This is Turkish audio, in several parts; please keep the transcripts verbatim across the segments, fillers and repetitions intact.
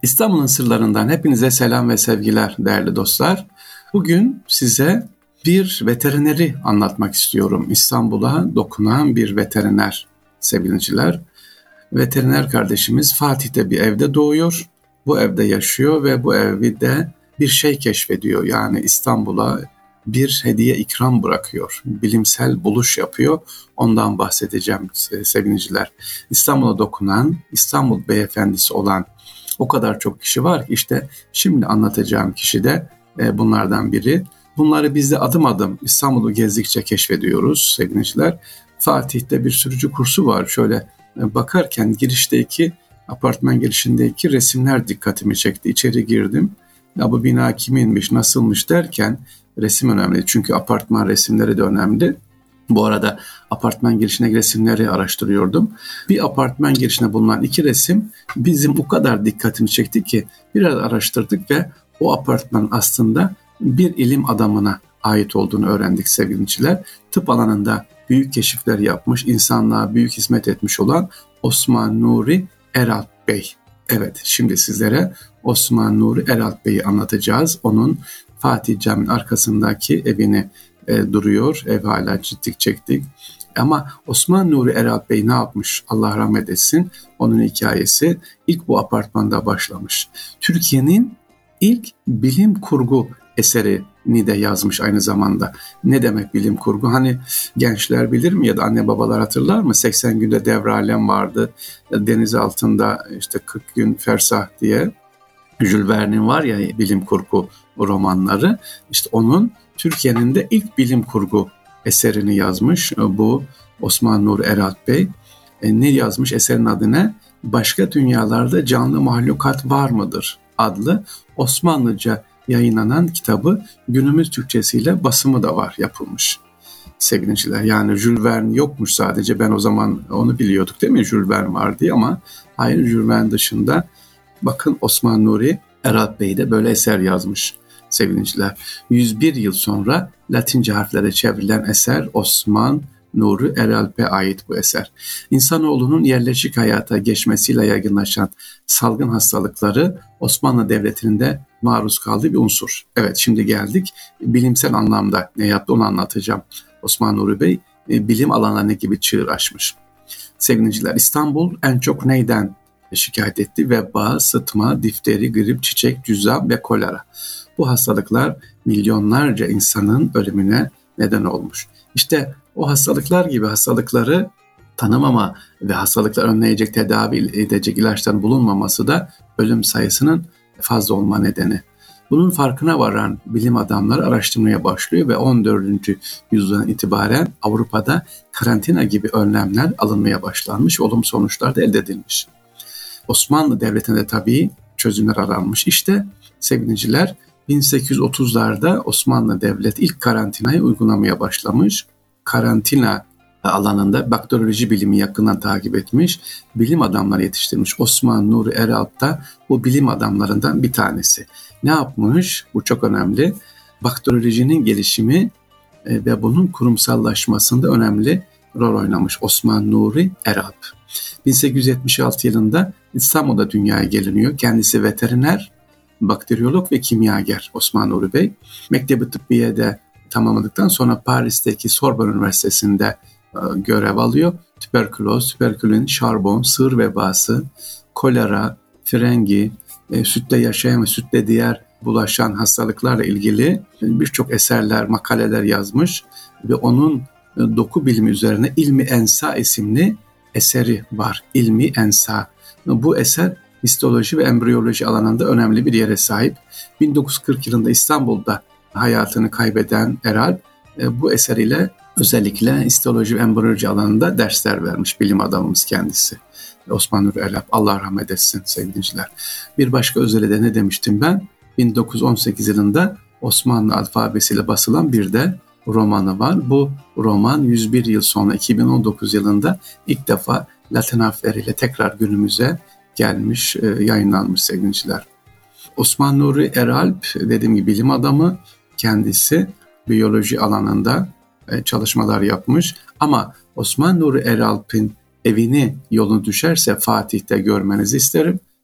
İstanbul'un sırlarından hepinize selam ve sevgiler değerli dostlar. Bugün size bir veterineri anlatmak istiyorum. İstanbul'a dokunan bir veteriner sevgiliciler. Veteriner kardeşimiz Fatih'te bir evde doğuyor. Bu evde yaşıyor ve bu evde bir şey keşfediyor. Yani İstanbul'a bir hediye ikram bırakıyor. Bilimsel buluş yapıyor. Ondan bahsedeceğim sevgiliciler. İstanbul'a dokunan, İstanbul beyefendisi olan o kadar çok kişi var ki işte şimdi anlatacağım kişi de bunlardan biri. Bunları biz de adım adım İstanbul'u gezdikçe keşfediyoruz sevgiliciler. Fatih'te bir sürücü kursu var. Şöyle bakarken girişteki, apartman girişindeki resimler dikkatimi çekti. İçeri girdim. Ya bu bina kiminmiş, nasılmış derken resim önemli. Çünkü apartman resimleri de önemli. Bu arada apartman girişine resimleri araştırıyordum. Bir apartman girişine bulunan iki resim bizim o kadar dikkatimi çekti ki biraz araştırdık ve o apartman aslında bir ilim adamına ait olduğunu öğrendik sevgiliciler. Tıp alanında büyük keşifler yapmış, insanlığa büyük hizmet etmiş olan Osman Nuri Eralp Bey. Evet, şimdi sizlere Osman Nuri Eralp Bey'i anlatacağız. Onun Fatih Camii'nin arkasındaki evini e, duruyor. Ev hala ciddik çektik. Ama Osman Nuri Eralp Bey ne yapmış? Allah rahmet etsin. Onun hikayesi ilk bu apartmanda başlamış. Türkiye'nin ilk bilim kurgu eserini de yazmış aynı zamanda. Ne demek bilim kurgu? Hani gençler bilir mi ya da anne babalar hatırlar mı? seksen günde devralem vardı. Deniz altında işte kırk gün fersah diye. Jules Verne'in var ya bilim kurgu romanları. İşte onun Türkiye'nin de ilk bilim kurgu eserini yazmış bu Osman Nuri Eralp Bey. E, ne yazmış eserin adına? Başka dünyalarda canlı mahlukat var mıdır adlı Osmanlıca yayınlanan kitabı günümüz Türkçesiyle basımı da var, yapılmış sevgiliciler. Yani Jules Verne yokmuş sadece, ben o zaman onu biliyorduk değil mi, Jules Verne var diye, ama hayır, Jules Verne dışında bakın Osman Nuri Eralp Bey de böyle eser yazmış sevgiliciler. yüz bir yıl sonra Latince harflere çevrilen eser Osman Nuri Eralp'e ait bu eser. İnsanoğlunun yerleşik hayata geçmesiyle yaygınlaşan salgın hastalıkları Osmanlı Devleti'nin de maruz kaldığı bir unsur. Evet, şimdi geldik bilimsel anlamda ne yaptı onu anlatacağım. Osman Nuri Bey bilim alanlarına gibi çığır açmış. Sevgiliciler, İstanbul en çok neyden şikayet etti? Veba, sıtma, difteri, grip, çiçek, cüzzam ve kolera. Bu hastalıklar milyonlarca insanın ölümüne neden olmuş. İşte o hastalıklar gibi hastalıkları tanımama ve hastalıkları önleyecek, tedavi edecek ilaçların bulunmaması da ölüm sayısının fazla olma nedeni. Bunun farkına varan bilim adamları araştırmaya başlıyor ve on dördüncü yüzyıldan itibaren Avrupa'da karantina gibi önlemler alınmaya başlanmış, olumlu sonuçlar da elde edilmiş. Osmanlı Devleti'nde tabii çözümler aranmış. İşte sevgiliciler, bin sekiz yüz otuzlarda Osmanlı Devleti ilk karantinayı uygulamaya başlamış. Karantina alanında bakteriyoloji bilimi yakından takip etmiş, bilim adamları yetiştirmiş. Osman Nuri Eralp da bu bilim adamlarından bir tanesi. Ne yapmış? Bu çok önemli. Bakteriyolojinin gelişimi ve bunun kurumsallaşmasında önemli rol oynamış Osman Nuri Eralp. bin sekiz yüz yetmiş altı yılında İstanbul'da dünyaya geliniyor. Kendisi veteriner, bakteriyolog ve kimyager Osman Nuri Bey. Mektebi Tıbbiye'de tamamladıktan sonra Paris'teki Sorbonne Üniversitesi'nde e, görev alıyor. Tüberküloz, tüberkülin, şarbon, sığır vebası, kolera, frengi, e, sütte yaşayan ve sütte diğer bulaşan hastalıklarla ilgili birçok eserler, makaleler yazmış ve onun e, doku bilimi üzerine İlmi Ensa isimli eseri var. İlmi Ensa. Bu eser histoloji ve embriyoloji alanında önemli bir yere sahip. bin dokuz yüz kırk yılında İstanbul'da hayatını kaybeden Eralp bu eseriyle özellikle histoloji ve embriyoloji alanında dersler vermiş bilim adamımız kendisi. Osman Nuri Eralp, Allah rahmet etsin sevgiliciler. Bir başka özeli de ne demiştim ben? bin dokuz yüz on sekiz yılında Osmanlı alfabesiyle basılan bir de romanı var. Bu roman yüz bir yıl sonra iki bin on dokuz yılında ilk defa Latin harfleriyle tekrar günümüze gelmiş, yayınlanmış sevgiliciler. Osman Nuri Eralp dediğim gibi bilim adamı, kendisi biyoloji alanında çalışmalar yapmış. Ama Osman Nuri Eralp'in evini yolunu düşerse Fatih'te görmenizi isterim.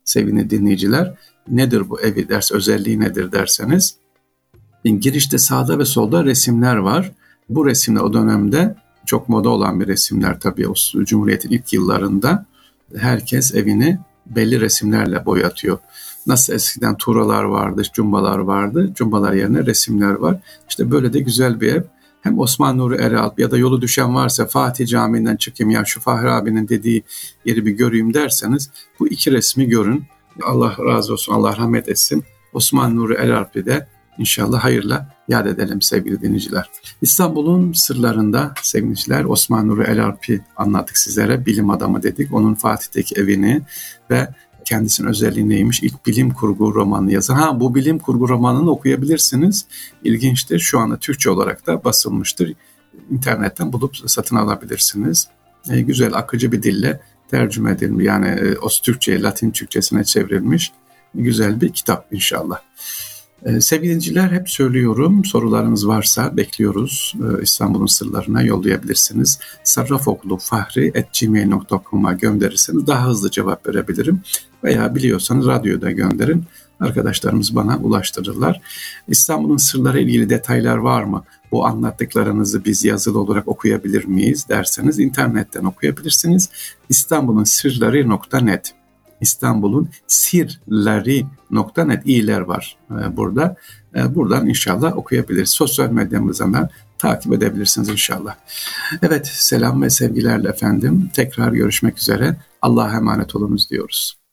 sevgili dinleyiciler. Nedir bu evi ders özelliği nedir derseniz, girişte sağda ve solda resimler var. Bu resimler o dönemde çok moda olan bir resimler tabii. O Cumhuriyet'in ilk yıllarında herkes evini belli resimlerle boyatıyor. Nasıl eskiden tuğralar vardı, cumbalar vardı. Cumbalar yerine resimler var. İşte böyle de güzel bir ev. Hem Osman Nuri Eralp ya da yolu düşen varsa Fatih Camii'nden çıkayım ya şu Fahri abinin dediği yeri bir göreyim derseniz bu iki resmi görün. Allah razı olsun, Allah rahmet etsin. Osman Nuri Eralp'i de İnşallah hayırla yad edelim sevgili dinleyiciler. İstanbul'un sırlarında sevgili dinleyiciler Osman Nuri Eralp'i anlattık sizlere. Bilim adamı dedik. Onun Fatih'teki evini ve kendisinin özelliği neymiş? İlk bilim kurgu romanını yazan. Ha bu bilim kurgu romanını okuyabilirsiniz. İlginçtir. Şu anda Türkçe olarak da basılmıştır. İnternetten bulup satın alabilirsiniz. E, güzel akıcı bir dille tercüme edilmiş. Yani e, Os Türkçe'ye, Latin Türkçesine çevrilmiş güzel bir kitap inşallah. Ee, sevgili dinleyiciler hep söylüyorum, sorularınız varsa bekliyoruz. Ee, İstanbul'un sırlarına yollayabilirsiniz. sarrafoglufahri at gmail nokta com'a gönderirseniz daha hızlı cevap verebilirim. Veya biliyorsanız radyoda gönderin. Arkadaşlarımız bana ulaştırırlar. İstanbul'un sırları ilgili detaylar var mı? Bu anlattıklarınızı biz yazılı olarak okuyabilir miyiz derseniz internetten okuyabilirsiniz. İstanbul'un sırları nokta net İstanbul'un sirleri nokta net iyiler var burada. Buradan inşallah okuyabiliriz. Sosyal medyamızdan da takip edebilirsiniz inşallah. Evet, selam ve sevgilerle efendim. Tekrar görüşmek üzere. Allah'a emanet olunuz diyoruz.